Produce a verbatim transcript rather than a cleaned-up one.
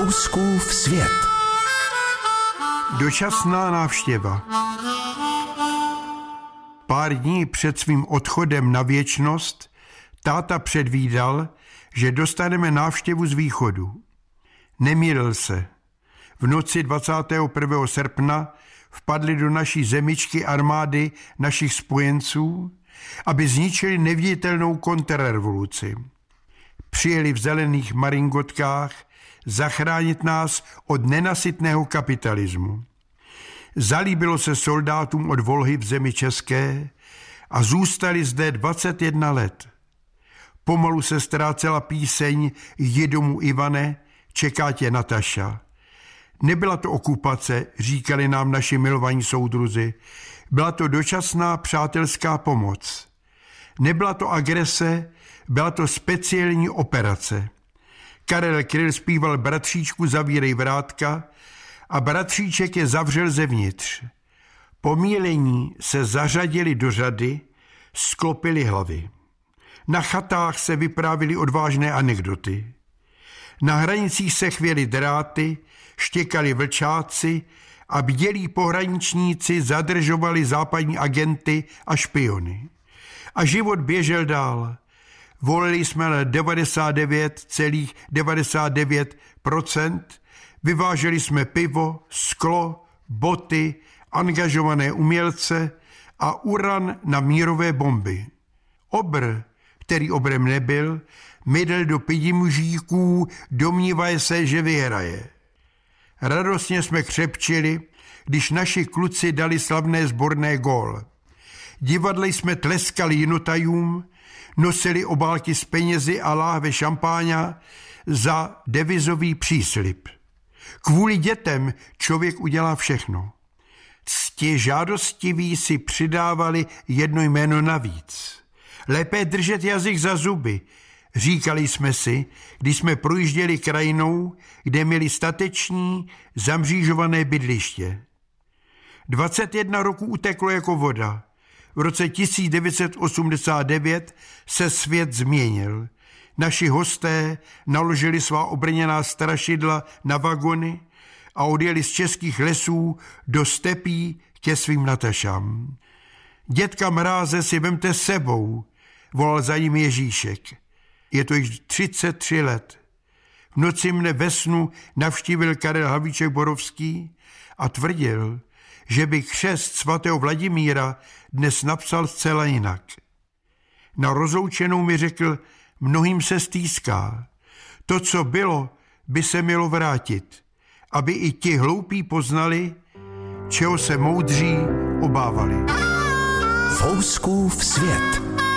Fouskův svět. Dočasná návštěva. Pár dní před svým odchodem na věčnost táta předvídal, že dostaneme návštěvu z východu. Nemýlil se. V noci dvacátého prvního srpna vpadly do naší zemičky armády našich spojenců, aby zničili neviditelnou kontrrevoluci. Přijeli v zelených maringotkách zachránit nás od nenasytného kapitalismu. Zalíbilo se soldátům od Volhy v zemi české a zůstali zde dvacet jedna let. Pomalu se ztrácela píseň Jdi domů, Ivane, čeká tě Nataša. Nebyla to okupace, říkali nám naši milovaní soudruzi. Byla to dočasná přátelská pomoc. Nebyla to agrese, byla to speciální operace. Karel Kryl zpíval Bratříčku, zavírej vrátka a bratříček je zavřel zevnitř. Pomílení se zařadili do řady, sklopili hlavy. Na chatách se vyprávěly odvážné anekdoty. Na hranicích se chvěly dráty, štěkali vlčáci a bdělí pohraničníci zadržovali západní agenty a špiony. A život běžel dál. Volili jsme na devadesát devět celá devadesát devět procent, vyváželi jsme pivo, sklo, boty, angažované umělce a uran na mírové bomby. Obr, který obrem nebyl, mydl do pidi mužíků, domnívaje se, že vyhraje. Radostně jsme křepčili, když naši kluci dali slavné sborné gól. Divadle jsme tleskali jinotajům, nosili obálky s penězi a láhve šampáňa za devizový příslib. Kvůli dětem člověk udělá všechno. Cti žádostiví si přidávali jedno jméno navíc. Lépe držet jazyk za zuby, říkali jsme si, když jsme projížděli krajinou, kde měli stateční, zamřížované bydliště. dvacet jedna roků uteklo jako voda. V roce tisíc devět set osmdesát devět se svět změnil. Naši hosté naložili svá obrněná strašidla na vagony a odjeli z českých lesů do stepí ke svým Natašám. Dětka Mráze si vemte s sebou, volal za ním Ježíšek. Je to již třicet tři let. V noci mne ve snu navštívil Karel Havlíček Borovský a tvrdil, že by křest svatého Vladimíra dnes napsal zcela jinak. Na rozloučenou mi řekl, mnohým se stýská. To, co bylo, by se mělo vrátit, aby i ti hloupí poznali, čeho se moudří obávali. Fouskův svět.